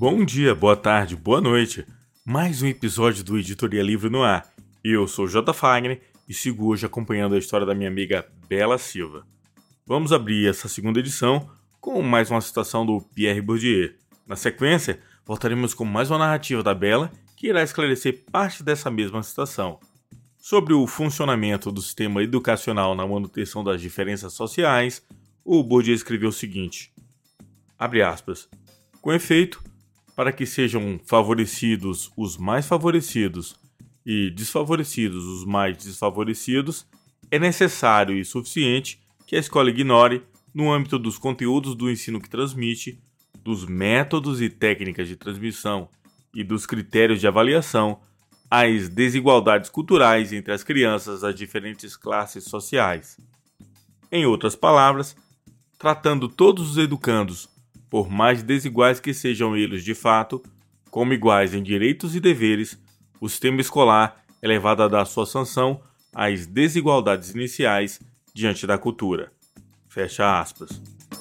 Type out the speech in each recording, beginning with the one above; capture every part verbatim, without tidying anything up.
Bom dia, boa tarde, boa noite. Mais um episódio do Editoria Livre no ar. Eu sou J. Fagner e sigo hoje acompanhando a história da minha amiga Bela Silva. Vamos abrir essa segunda edição com mais uma citação do Pierre Bourdieu. Na sequência, voltaremos com mais uma narrativa da Bela que irá esclarecer parte dessa mesma citação. Sobre o funcionamento do sistema educacional na manutenção das diferenças sociais, o Bourdieu escreveu o seguinte, abre aspas, com efeito, para que sejam favorecidos os mais favorecidos e desfavorecidos os mais desfavorecidos, é necessário e suficiente que a escola ignore, no âmbito dos conteúdos do ensino que transmite, dos métodos e técnicas de transmissão e dos critérios de avaliação, as desigualdades culturais entre as crianças das diferentes classes sociais. Em outras palavras, tratando todos os educandos, por mais desiguais que sejam eles de fato, como iguais em direitos e deveres, o sistema escolar é levado a dar sua sanção às desigualdades iniciais diante da cultura. Fecha aspas.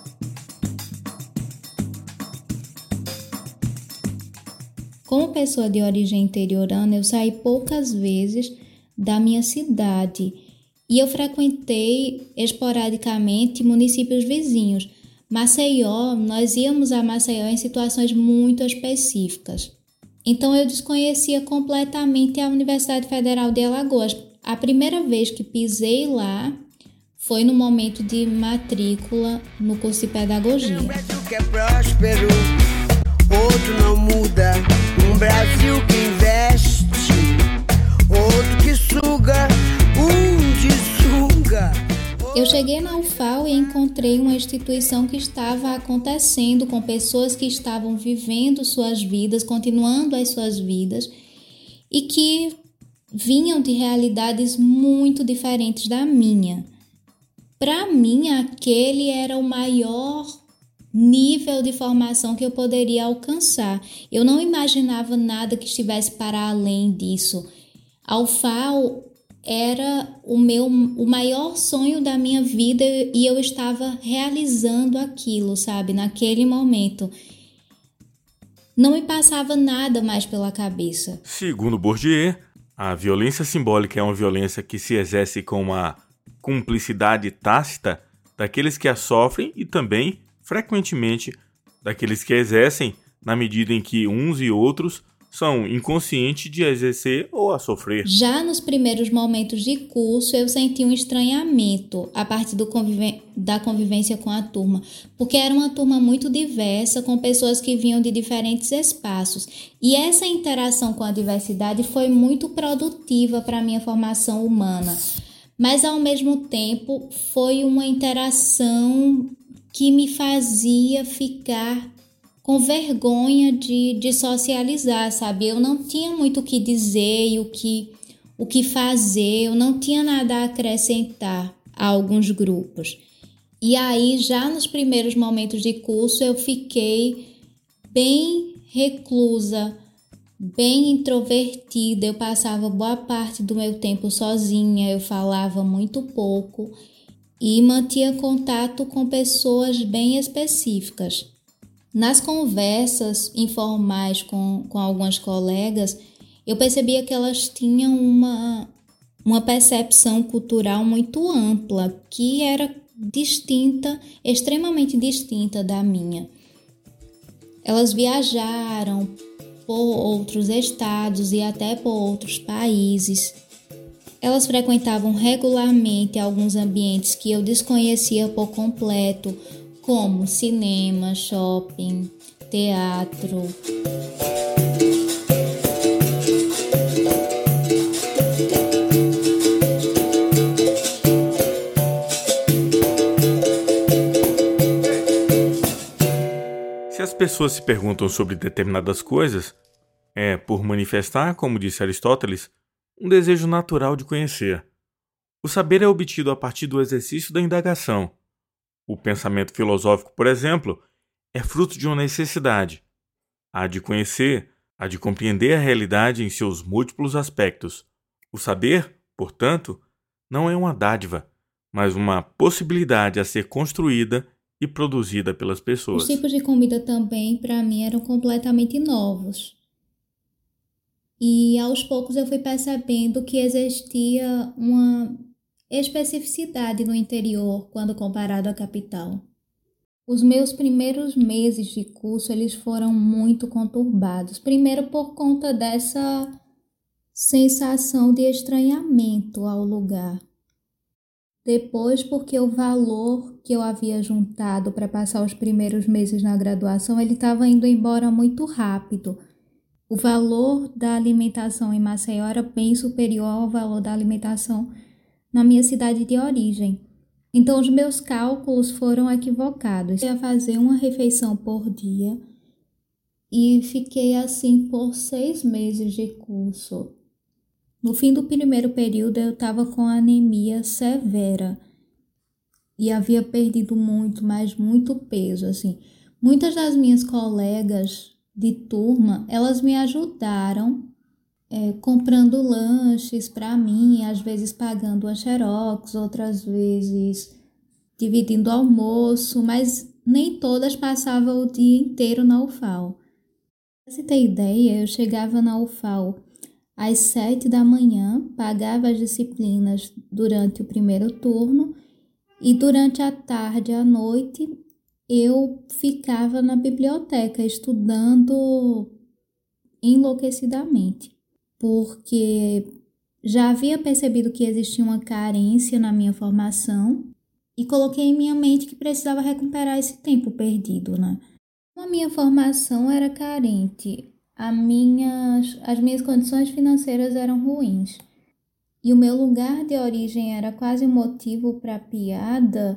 Como pessoa de origem interiorana, eu saí poucas vezes da minha cidade e eu frequentei esporadicamente municípios vizinhos. Maceió, nós íamos a Maceió em situações muito específicas. Então eu desconhecia completamente a Universidade Federal de Alagoas. A primeira vez que pisei lá foi no momento de matrícula no curso de pedagogia. Um Brasil que é próspero, outro não muda. Um Brasil que investe, outro que suga, um de suga. Eu cheguei na U F A L e encontrei uma instituição que estava acontecendo com pessoas que estavam vivendo suas vidas, continuando as suas vidas e que vinham de realidades muito diferentes da minha. Para mim, aquele era o maior nível de formação que eu poderia alcançar. Eu não imaginava nada que estivesse para além disso. A U F A L era o meu o maior sonho da minha vida e eu estava realizando aquilo, sabe? Naquele momento. Não me passava nada mais pela cabeça. Segundo Bourdieu, a violência simbólica é uma violência que se exerce com uma cumplicidade tácita daqueles que a sofrem e também, frequentemente, daqueles que a exercem, na medida em que uns e outros são inconscientes de exercer ou a sofrer. Já nos primeiros momentos de curso, eu senti um estranhamento a partir do convive- da convivência com a turma, porque era uma turma muito diversa, com pessoas que vinham de diferentes espaços. E essa interação com a diversidade foi muito produtiva para a minha formação humana. Mas, ao mesmo tempo, foi uma interação que me fazia ficar com vergonha de, de socializar, sabe? Eu não tinha muito o que dizer e o que, o que fazer, eu não tinha nada a acrescentar a alguns grupos. E aí, já nos primeiros momentos de curso, eu fiquei bem reclusa, bem introvertida. Eu passava boa parte do meu tempo sozinha, eu falava muito pouco e mantinha contato com pessoas bem específicas. Nas conversas informais com, com algumas colegas, eu percebia que elas tinham uma, uma percepção cultural muito ampla, que era distinta, extremamente distinta da minha. Elas viajaram por outros estados e até por outros países. Elas frequentavam regularmente alguns ambientes que eu desconhecia por completo, como cinema, shopping, teatro. Se as pessoas se perguntam sobre determinadas coisas, é por manifestar, como disse Aristóteles, um desejo natural de conhecer. O saber é obtido a partir do exercício da indagação. O pensamento filosófico, por exemplo, é fruto de uma necessidade, a de conhecer, a de compreender a realidade em seus múltiplos aspectos. O saber, portanto, não é uma dádiva, mas uma possibilidade a ser construída e produzida pelas pessoas. Os tipos de comida também, para mim, eram completamente novos. E aos poucos eu fui percebendo que existia uma especificidade no interior quando comparado à capital. Os meus primeiros meses de curso, eles foram muito conturbados. Primeiro por conta dessa sensação de estranhamento ao lugar. Depois porque o valor que eu havia juntado para passar os primeiros meses na graduação, ele estava indo embora muito rápido. O valor da alimentação em Maceió era bem superior ao valor da alimentação na minha cidade de origem. Então, os meus cálculos foram equivocados. Eu ia fazer uma refeição por dia e fiquei assim por seis meses de curso. No fim do primeiro período, eu estava com anemia severa e havia perdido muito, mas muito peso, assim. Muitas das minhas colegas de turma, elas me ajudaram é, comprando lanches para mim, às vezes pagando uma xerox, outras vezes dividindo o almoço, mas nem todas passavam o dia inteiro na U F A L. Pra você ter ideia, eu chegava na U F A L às sete da manhã, pagava as disciplinas durante o primeiro turno e durante a tarde e à noite eu ficava na biblioteca estudando enlouquecidamente, porque já havia percebido que existia uma carência na minha formação e coloquei em minha mente que precisava recuperar esse tempo perdido, né? A minha formação era carente, a minhas, as minhas condições financeiras eram ruins e o meu lugar de origem era quase um motivo para piada.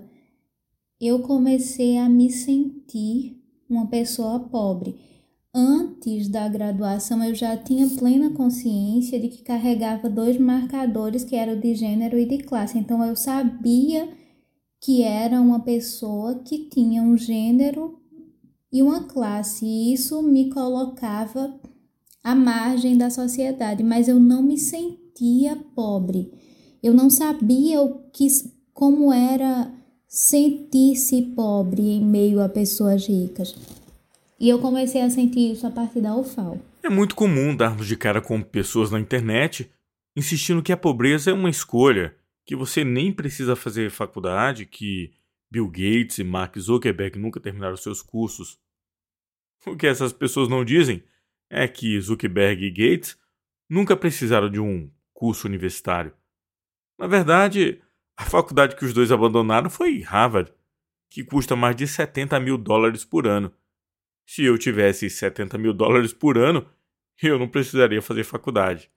Eu comecei a me sentir uma pessoa pobre. Antes da graduação, eu já tinha plena consciência de que carregava dois marcadores, que eram de gênero e de classe. Então, eu sabia que era uma pessoa que tinha um gênero e uma classe. E isso me colocava à margem da sociedade, mas eu não me sentia pobre. Eu não sabia o que, como era sentir-se pobre em meio a pessoas ricas. E eu comecei a sentir isso a partir da U F A L. É muito comum darmos de cara com pessoas na internet insistindo que a pobreza é uma escolha, que você nem precisa fazer faculdade, que Bill Gates e Mark Zuckerberg nunca terminaram seus cursos. O que essas pessoas não dizem é que Zuckerberg e Gates nunca precisaram de um curso universitário. Na verdade, a faculdade que os dois abandonaram foi Harvard, que custa mais de setenta mil dólares por ano. Se eu tivesse setenta mil dólares por ano, eu não precisaria fazer faculdade.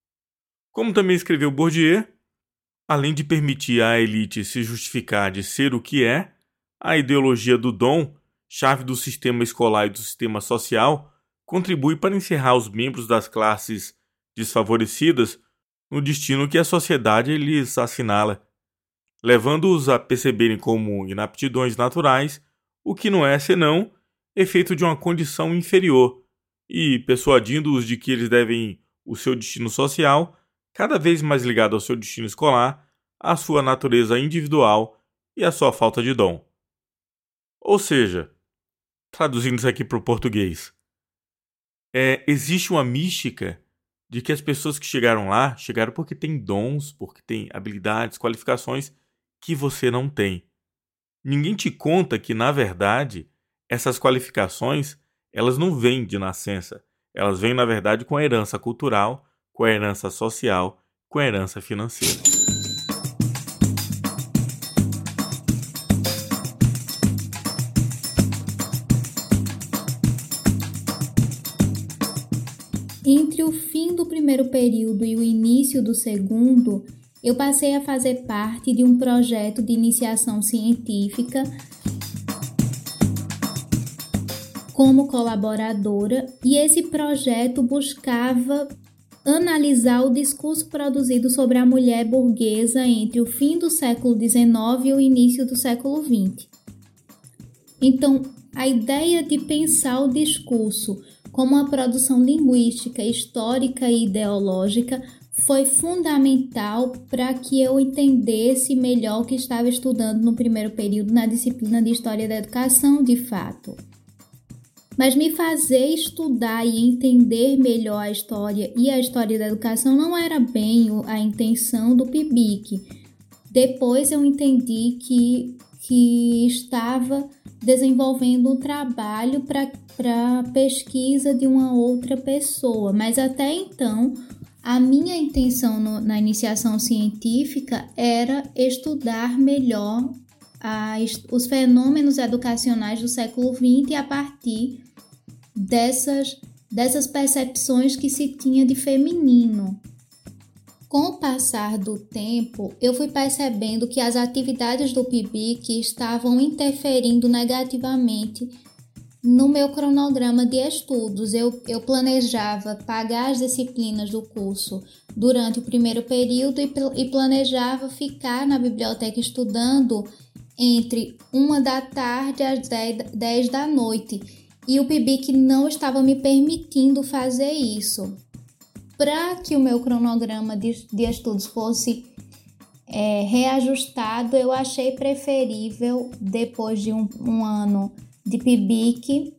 Como também escreveu Bourdieu, além de permitir à elite se justificar de ser o que é, a ideologia do dom, chave do sistema escolar e do sistema social, contribui para encerrar os membros das classes desfavorecidas no destino que a sociedade lhes assinala, levando-os a perceberem como inaptidões naturais o que não é senão efeito de uma condição inferior e persuadindo-os de que eles devem o seu destino social, cada vez mais ligado ao seu destino escolar, à sua natureza individual e à sua falta de dom. Ou seja, traduzindo isso aqui para o português, é, existe uma mística de que as pessoas que chegaram lá, chegaram porque têm dons, porque têm habilidades, qualificações que você não tem. Ninguém te conta que, na verdade, essas qualificações, elas não vêm de nascença. Elas vêm, na verdade, com a herança cultural, com a herança social, com a herança financeira. Entre o fim do primeiro período e o início do segundo, eu passei a fazer parte de um projeto de iniciação científica como colaboradora, e esse projeto buscava analisar o discurso produzido sobre a mulher burguesa entre o fim do século dezenove e o início do século vinte. Então, a ideia de pensar o discurso como uma produção linguística, histórica e ideológica foi fundamental para que eu entendesse melhor o que estava estudando no primeiro período na disciplina de História da Educação, de fato. Mas me fazer estudar e entender melhor a história e a história da educação não era bem a intenção do P I B I C. Depois eu entendi que, que estava desenvolvendo um trabalho para pesquisa de uma outra pessoa, mas até então a minha intenção no, na iniciação científica era estudar melhor a, os fenômenos educacionais do século vinte a partir dessas, dessas percepções que se tinha de feminino. Com o passar do tempo, eu fui percebendo que as atividades do P I B I C estavam interferindo negativamente no meu cronograma de estudos. Eu, eu planejava pagar as disciplinas do curso durante o primeiro período e, e planejava ficar na biblioteca estudando entre uma da tarde às dez da noite. E o P I B I C não estava me permitindo fazer isso. Para que o meu cronograma de, de estudos fosse é, reajustado, eu achei preferível, depois de um, um ano de P I B I C,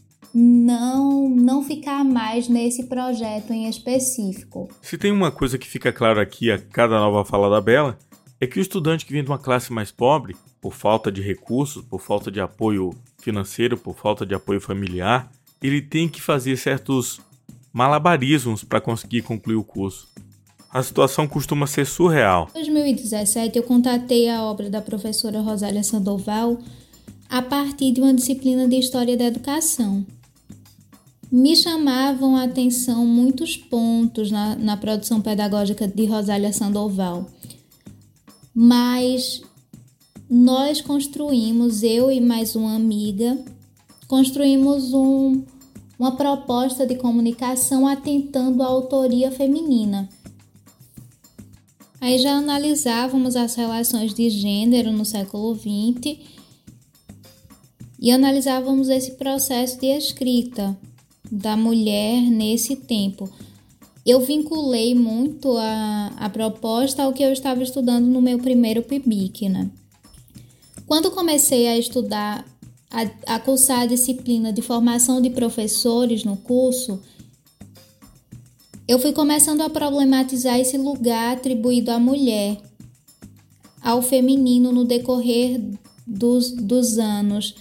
não, não ficar mais nesse projeto em específico. Se tem uma coisa que fica claro aqui a cada nova fala da Bela, é que o estudante que vem de uma classe mais pobre, por falta de recursos, por falta de apoio financeiro, por falta de apoio familiar, ele tem que fazer certos malabarismos para conseguir concluir o curso. A situação costuma ser surreal. Em dois mil e dezessete, eu contatei a obra da professora Rosália Sandoval a partir de uma disciplina de História da Educação. Me chamavam a atenção muitos pontos na, na produção pedagógica de Rosália Sandoval, mas nós construímos, eu e mais uma amiga, construímos um, uma proposta de comunicação atentando à autoria feminina. Aí já analisávamos as relações de gênero no século vinte e analisávamos esse processo de escrita da mulher nesse tempo. Eu vinculei muito a, a proposta ao que eu estava estudando no meu primeiro P I B I C, né? Quando comecei a estudar, a, a cursar a disciplina de formação de professores no curso, eu fui começando a problematizar esse lugar atribuído à mulher, ao feminino no decorrer dos, dos anos.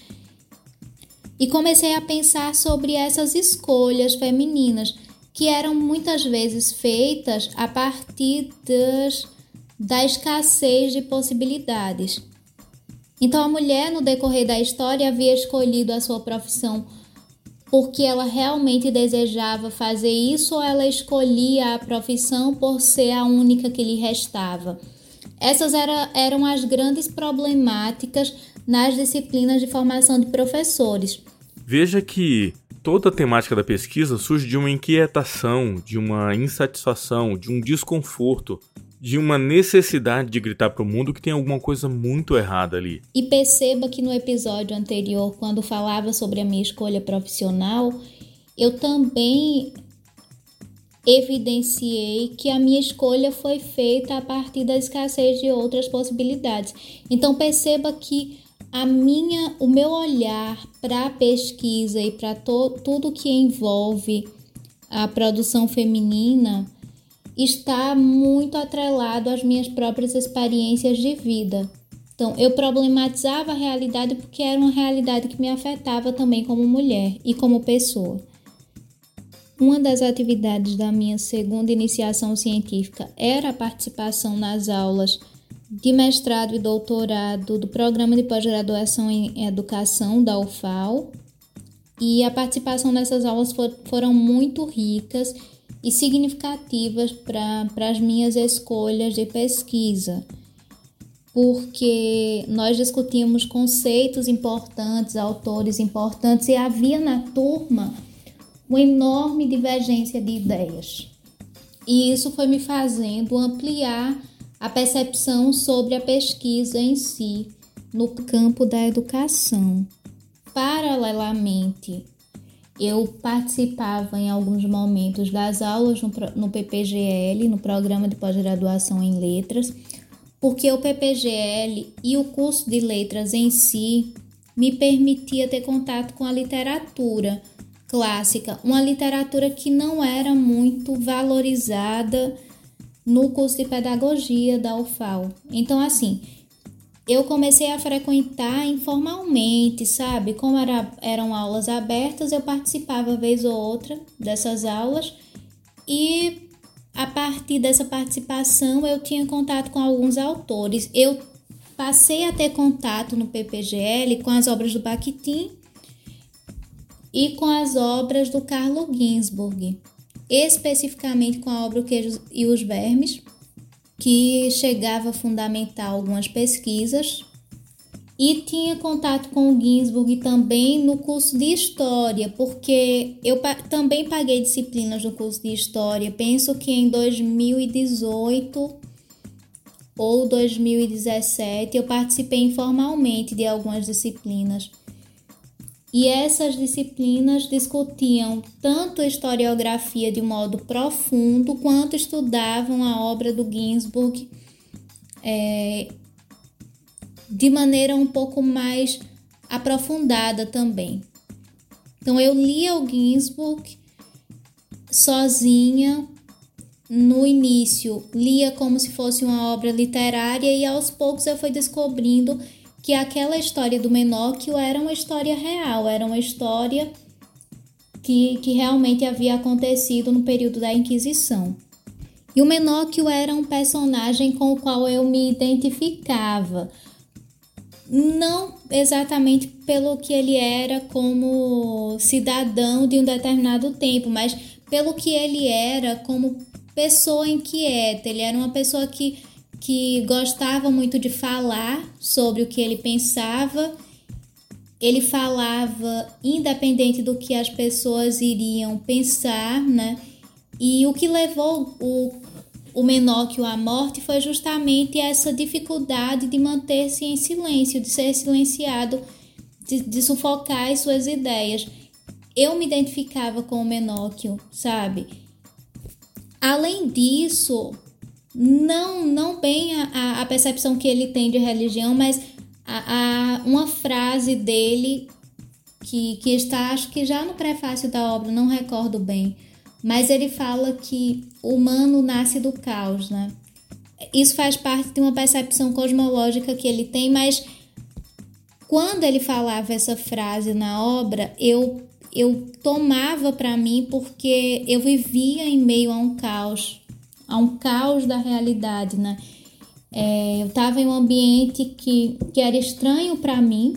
E comecei a pensar sobre essas escolhas femininas, que eram muitas vezes feitas a partir das, da escassez de possibilidades. Então, a mulher, no decorrer da história, havia escolhido a sua profissão porque ela realmente desejava fazer isso, ou ela escolhia a profissão por ser a única que lhe restava. Essas era, eram as grandes problemáticas nas disciplinas de formação de professores. Veja que toda a temática da pesquisa surge de uma inquietação, de uma insatisfação, de um desconforto, de uma necessidade de gritar para o mundo que tem alguma coisa muito errada ali. E perceba que no episódio anterior, quando falava sobre a minha escolha profissional, eu também evidenciei que a minha escolha foi feita a partir da escassez de outras possibilidades. Então perceba que a minha, o meu olhar para a pesquisa e para to, tudo que envolve a produção feminina está muito atrelado às minhas próprias experiências de vida. Então, eu problematizava a realidade porque era uma realidade que me afetava também como mulher e como pessoa. Uma das atividades da minha segunda iniciação científica era a participação nas aulas de mestrado e doutorado do Programa de Pós-Graduação em Educação da U F A L, e a participação nessas aulas for, foram muito ricas e significativas para as minhas escolhas de pesquisa, porque nós discutíamos conceitos importantes, autores importantes, e havia na turma uma enorme divergência de ideias. E isso foi me fazendo ampliar a percepção sobre a pesquisa em si no campo da educação. Paralelamente, Eu participava em alguns momentos das aulas no, no P P G L, no Programa de Pós-Graduação em Letras, porque o P P G L e o curso de letras em si me permitia ter contato com a literatura clássica, uma literatura que não era muito valorizada no curso de pedagogia da U F A L. Então, assim, eu comecei a frequentar informalmente, sabe? Como era, eram aulas abertas, eu participava vez ou outra dessas aulas e a partir dessa participação eu tinha contato com alguns autores. Eu passei a ter contato no P P G L com as obras do Bakhtin e com as obras do Carlo Ginzburg, especificamente com a obra O Queijo e os Vermes, que chegava a fundamentar algumas pesquisas, e tinha contato com o Ginzburg também no curso de História, porque eu pa- também paguei disciplinas no curso de História, penso que em dois mil e dezoito ou dois mil e dezessete eu participei informalmente de algumas disciplinas. E essas disciplinas discutiam tanto a historiografia de modo profundo, quanto estudavam a obra do Ginzburg é, de maneira um pouco mais aprofundada também. Então, eu lia o Ginzburg sozinha. No início, lia como se fosse uma obra literária e aos poucos eu fui descobrindo que aquela história do Menóquio era uma história real, era uma história que, que realmente havia acontecido no período da Inquisição. E o Menóquio era um personagem com o qual eu me identificava, não exatamente pelo que ele era como cidadão de um determinado tempo, mas pelo que ele era como pessoa inquieta. Ele era uma pessoa que que gostava muito de falar sobre o que ele pensava. Ele falava independente do que as pessoas iriam pensar, né? E o que levou o, o Menóquio à morte foi justamente essa dificuldade de manter-se em silêncio, de ser silenciado, de, de sufocar as suas ideias. Eu me identificava com o Menóquio, sabe? Além disso, Não, não bem a, a percepção que ele tem de religião, mas a, a, uma frase dele que, que está, acho que já no prefácio da obra, não recordo bem, mas ele fala que o humano nasce do caos, né? Isso faz parte de uma percepção cosmológica que ele tem, mas quando ele falava essa frase na obra, eu, eu tomava para mim porque eu vivia em meio a um caos, a um caos da realidade, né? É, eu estava em um ambiente que, que era estranho para mim,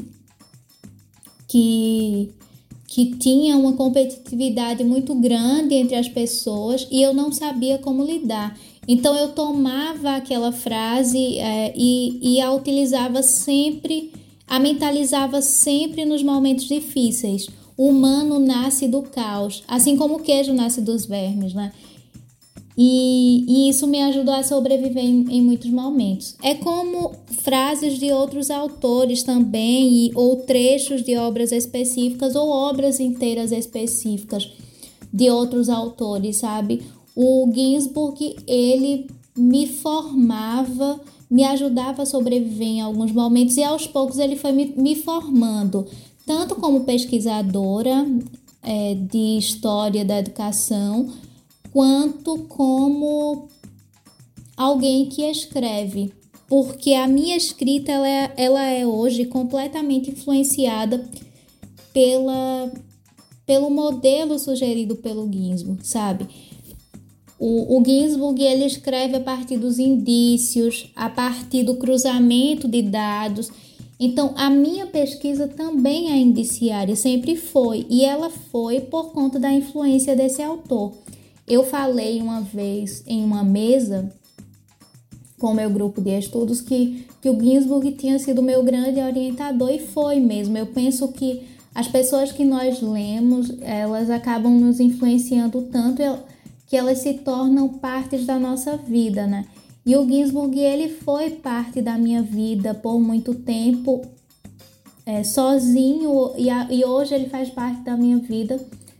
que, que tinha uma competitividade muito grande entre as pessoas e eu não sabia como lidar. Então eu tomava aquela frase é, e, e a utilizava sempre, a mentalizava sempre nos momentos difíceis. O humano nasce do caos, assim como o queijo nasce dos vermes, né? E, e isso me ajudou a sobreviver em, em muitos momentos. É como frases de outros autores também, e, ou trechos de obras específicas, ou obras inteiras específicas de outros autores, sabe? O Ginzburg, ele me formava, me ajudava a sobreviver em alguns momentos, e aos poucos ele foi me, me formando, tanto como pesquisadora é, de história da educação, quanto como alguém que escreve, porque a minha escrita ela é, ela é hoje completamente influenciada pela, pelo modelo sugerido pelo Ginzburg, sabe? O, o Ginzburg ele escreve a partir dos indícios, a partir do cruzamento de dados. Então, a minha pesquisa também é indiciária, sempre foi, e ela foi por conta da influência desse autor. Eu falei uma vez em uma mesa com o meu grupo de estudos que, que o Ginzburg tinha sido meu grande orientador, e foi mesmo. Eu penso que as pessoas que nós lemos, elas acabam nos influenciando tanto que elas se tornam partes da nossa vida, né? E o Ginzburg, ele foi parte da minha vida por muito tempo, é, sozinho, e, a, e hoje ele faz parte da minha vida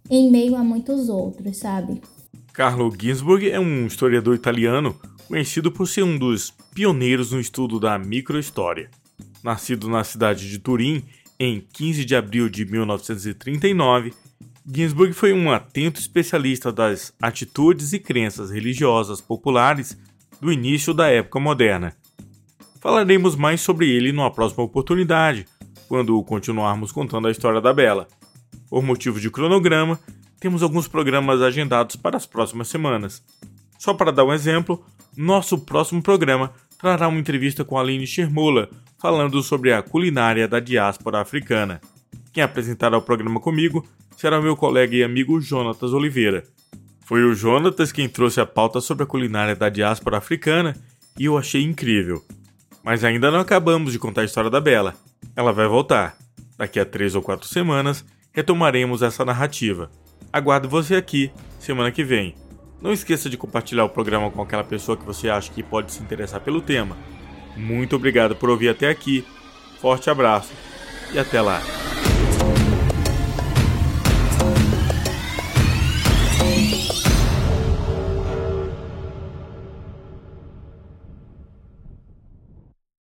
em meio a muitos outros, sabe? Carlo Ginzburg é um historiador italiano conhecido por ser um dos pioneiros no estudo da microhistória. Nascido na cidade de Turim em quinze de abril de mil novecentos e trinta e nove, Ginzburg foi um atento especialista das atitudes e crenças religiosas populares do início da época moderna. Falaremos mais sobre ele numa próxima oportunidade, quando continuarmos contando a história da Bela. Por motivo de cronograma, temos alguns programas agendados para as próximas semanas. Só para dar um exemplo, nosso próximo programa trará uma entrevista com a Aline Schermola, falando sobre a culinária da diáspora africana. Quem apresentará o programa comigo será o meu colega e amigo Jonatas Oliveira. Foi o Jonatas quem trouxe a pauta sobre a culinária da diáspora africana e eu achei incrível. Mas ainda não acabamos de contar a história da Bela. Ela vai voltar. Daqui a três ou quatro semanas, retomaremos essa narrativa. Aguardo você aqui, semana que vem. Não esqueça de compartilhar o programa com aquela pessoa que você acha que pode se interessar pelo tema. Muito obrigado por ouvir até aqui. Forte abraço e até lá.